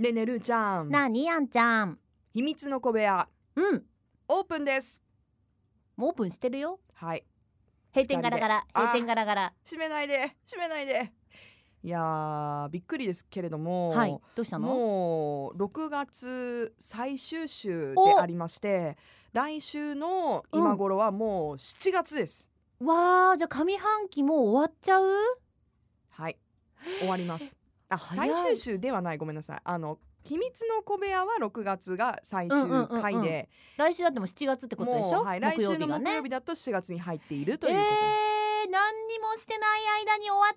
ねえねえるーちゃん、 なにあんちゃん。 秘密の小部屋オープンです。 もうオープンしてるよ。 はい、 閉店ガラガラ、閉店ガラガラ。 閉めないで閉めないで。いやーびっくりですけれども、 はい、どうしたの？ もう6月最終週でありまして、来週の今頃はもう7月です。 わー、じゃあ上半期もう終わっちゃう？ はい、終わります。 早い。 最終週ではない、ごめんなさい。秘密の小部屋は6月が最終回で、 来週だっても7月ってことでしょ。 もう、はい、来週の木曜日だと7月に入っているということで、 何にもしてない間に終わった。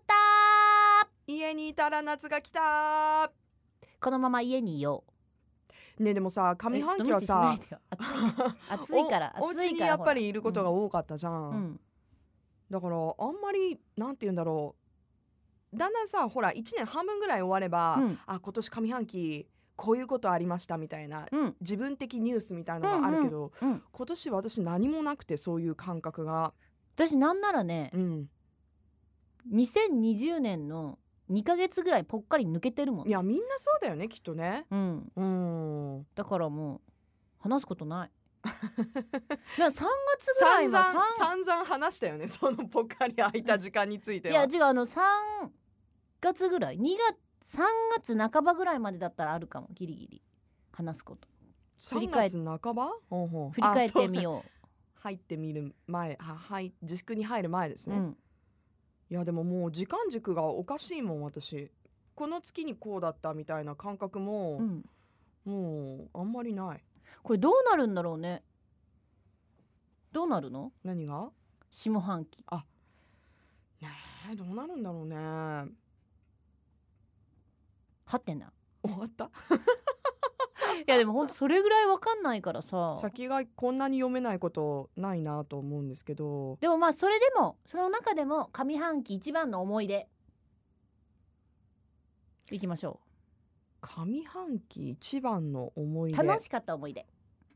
家にいたら夏が来た。 このまま家にいようね。でもさ、上半期はさ暑いからお家にやっぱりいることが多かったじゃん、だからあんまりなんて言うんだろう、だんだんさ、ほら1年半分ぐらい終われば、今年上半期こういうことありましたみたいな、自分的ニュースみたいなのがあるけど、今年私何もなくて、そういう感覚が。 私なんならね、2020年の2ヶ月ぐらいぽっかり抜けてるもん。 いや、みんなそうだよね、きっとね。 だからもう話すことない。だから3月ぐらいは散々話したよね、そのぽっかり空いた時間については。 いや違う、3月ぐらい、3月半ばぐらいまでだったらあるかも、ギリギリ話すこと。 3月半ば振り返ってみよう。 入ってみる前、自粛に入る前ですね、いやでももう時間軸がおかしいもん。私この月にこうだったみたいな感覚も、もうあんまりない。 これどうなるんだろうね。どうなるの？ 何が？ 下半期。 ねえ、どうなるんだろうね。 はってんな。 終わったいやでもほんとそれぐらいわかんないからさ、 先がこんなに読めないことないなと思うんですけど、 でもまあそれでもその中でも上半期一番の思い出いきましょう。 上半期一番の思い出。 楽しかった思い出。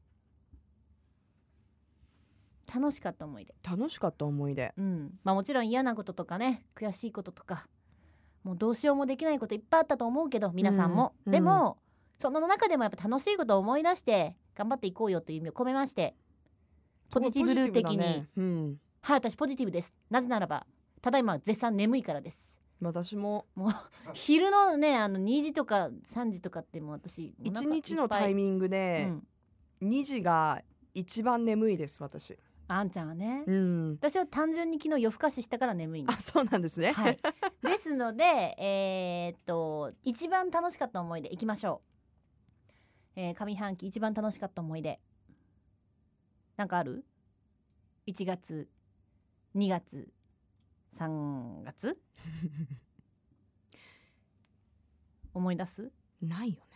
楽しかった思い出。 楽しかった思い出。 まあもちろん嫌なこととかね、悔しいこととか、もうどうしようもできないこといっぱいあったと思うけど、皆さんも、でもその中でもやっぱ楽しいことを思い出して頑張っていこうよという意味を込めまして、ポジティブルー的に、はい、私ポジティブです。なぜならばただいま絶賛眠いからです。 私もう昼のね、2時とか3時とかってもう私 1日のタイミングで2時が一番眠いです、私。 あんちゃんはね、私は単純に昨日夜更かししたから眠いんです。 そうなんですね、 はい、ですので一番楽しかった思い出いきましょう。上半期一番楽しかった思い出なんかある？1月2月3月思い出す？ ないよね。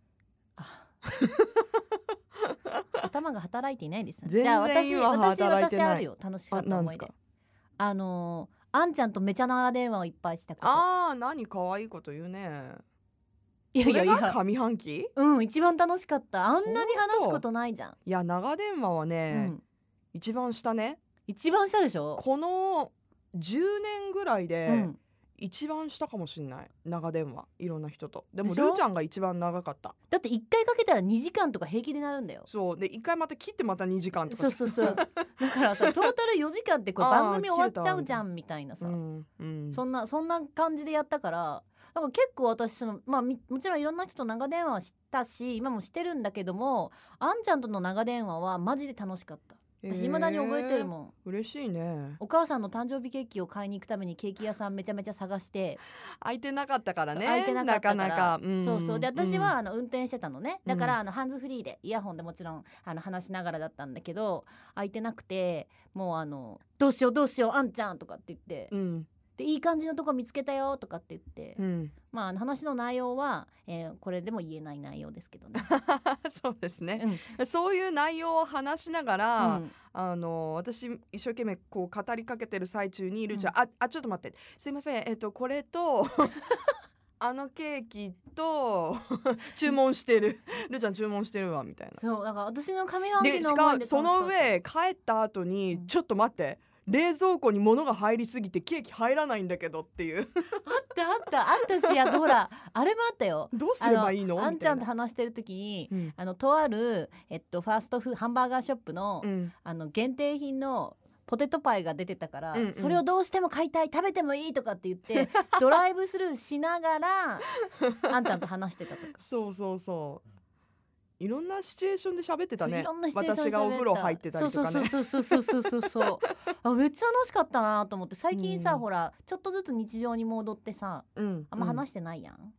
頭が働いていないですね。 じゃあ私あるよ、楽しかった思い出。あんちゃんとめちゃ長電話をいっぱいしたこと。 何可愛いこと言うね。 いや上半期一番楽しかった。あんなに話すことないじゃん。 いや長電話はね、一番下ね。 一番下でしょ。 この10年ぐらいで、一番下かもしれない、長電話。いろんな人と。でもルーちゃんが一番長かった。 だって1回かけたら2時間とか平気でなるんだよ。 そうで、1回また切ってまた2時間とか。 そうだからさトータル4時間ってこれ番組終わっちゃうじゃんみたいなさ、そんな感じでやったから、なんか結構私もちろんいろんな人と長電話はしたし今もしてるんだけども、あんちゃんとの長電話はマジで楽しかった。私未だに覚えてるもん。嬉しいね。 お母さんの誕生日ケーキを買いに行くためにケーキ屋さんめちゃめちゃ探して、 空いてなかったからね。 空いてなかったからなかなか、 そうで私は運転してたのね。だからハンズフリーでイヤホンでもちろん話しながらだったんだけど、空いてなくて、もうどうしようあんちゃんとかって言って、でいい感じのとこ見つけたよとかって言って、話の内容は、これでも言えない内容ですけどね。 そうですね、そういう内容を話しながら、私一生懸命こう語りかけてる最中にルーちゃん、ちょっと待って、すいません、これとあのケーキと注文してるルーちゃん注文してるわみたいな。 そうだから私の上半期の思い出その上帰った後に、ちょっと待って、 冷蔵庫に物が入りすぎてケーキ入らないんだけどっていうあったし、ほらあれもあったよ。 どうすればいいのあんちゃんと話してる時に、とある、ファーストフーハンバーガーショップの、限定品のポテトパイが出てたから、それをどうしても買いたい、食べてもいいとかって言ってドライブスルーしながらあんちゃんと話してたとか。 そういろんなシチュエーションで喋ってたね。 いろんなシチュエーションで私がお風呂入ってたりとかね。 そうめっちゃ楽しかったなと思って。最近さ、ほらちょっとずつ日常に戻ってさ、あんま話してないやん。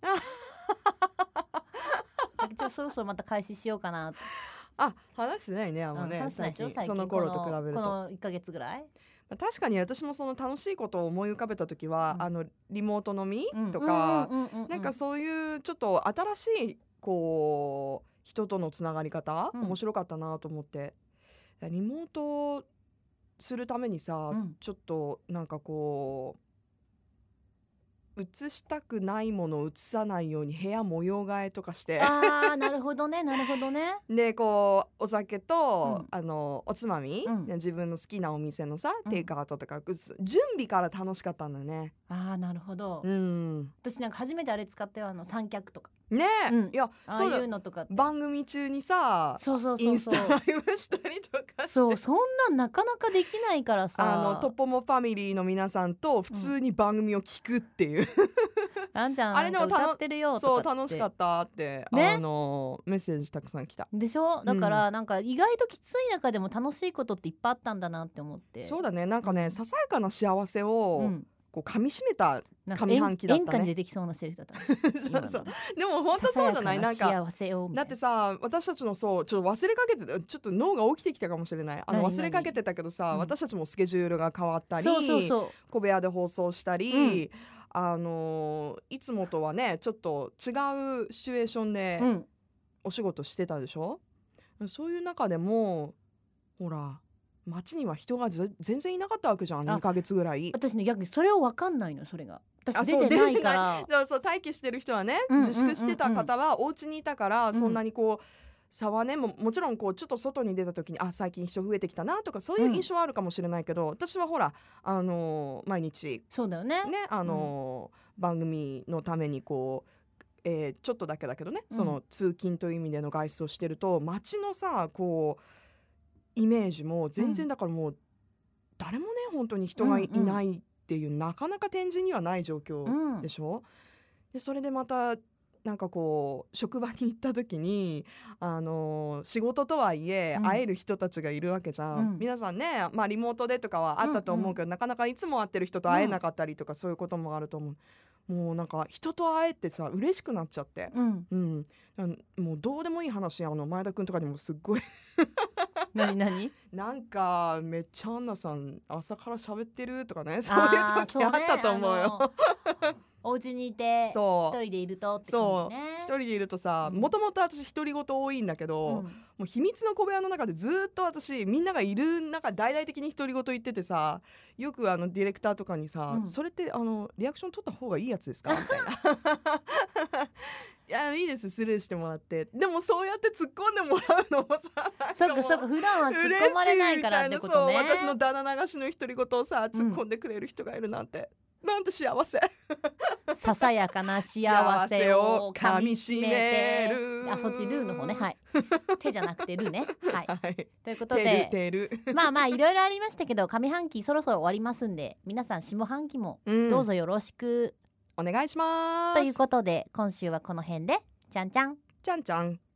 じゃあそろそろまた開始しようかなって。 話してないね、あんまね、 最近その頃と比べるとこの1ヶ月ぐらい。 確かに私もその楽しいことを思い浮かべた時は、リモート飲みとか、なんかそういうちょっと新しいこう人とのつながり方、面白かったなと思って。リモートするためにさ、ちょっとなんかこう映したくないものを映さないように部屋模様替えとかして、 なるほどねでこうお酒と、おつまみ、自分の好きなお店のさ、テイクアウトとか準備から楽しかったんだよね。 なるほど。私なんか初めてあれ使ってる三脚とかね、いやそういうのとか番組中にさ、インスタライブしたりとかして、 そんなんなかなかできないからさ、 トッポモファミリーの皆さんと普通に番組を聞くっていう、 あんちゃんなんか歌ってるよとかって、 そう楽しかったって、メッセージたくさん来たでしょ。だからなんか意外ときつい中でも楽しいことっていっぱいあったんだなって思って。 そうだね、なんかね、ささやかな幸せをこう噛み締めた上半期だったね。 演歌に出てきそうなセリフだったそうでも本当そうじゃない？なんか幸せをだってさ、私たちのちょっと忘れかけてた、ちょっと脳が起きてきたかもしれない。忘れかけてたけどさ、私たちもスケジュールが変わったり、小部屋で放送したり、いつもとはねちょっと違うシチュエーションでお仕事してたでしょ。そういう中でもほら街には人が全然いなかったわけじゃん、2ヶ月ぐらい。 私ね、逆にそれを分かんないの。それが私出てないからそう待機してる人はね、自粛してた方はお家にいたから、そんなにこう差はね、もちろんこうちょっと外に出た時に最近人増えてきたなとかそういう印象はあるかもしれないけど、私はほら毎日そうだよね、 番組のためにこう、ちょっとだけだけどね、その通勤という意味での外出をしてると、街のさこうイメージも全然、だからもう誰もね本当に人がいないっていう、なかなか展示にはない状況でしょ。でそれでまたなんかこう職場に行った時に仕事とはいえ会える人たちがいるわけじゃん、皆さんね、リモートでとかはあったと思うけど、なかなかいつも会ってる人と会えなかったりとか、そういうこともあると思う。もうなんか人と会えてさ嬉しくなっちゃって、もうどうでもいい話、前田くんとかにもすっごい何なんかめっちゃアンナさん朝から喋ってるとかね、そういう時あったと思うよ。 お家にいて一人でいるとって感じね。 一人でいるとさ、もともと私独り言多いんだけど、もう秘密の小部屋の中でずっと私みんながいる中大々的に独り言言っててさ、よくディレクターとかにさ、それってリアクション取った方がいいやつですかみたいな。いやいいですスルーしてもらって、でもそうやって突っ込んでもらうのもさ、 そうか普段は突っ込まれないからってことね。 そう私のだだ流しの独り言をさ突っ込んでくれる人がいるなんて、なんて幸せ。 ささやかな幸せをかみしめる。そっちルーの方ね、はい手じゃなくてルーね、はい、ということでまあいろいろありましたけど、上半期そろそろ終わりますんで、皆さん下半期もどうぞよろしく、 お願いします。 ということで今週はこの辺で、じゃんじゃんじゃんじゃん。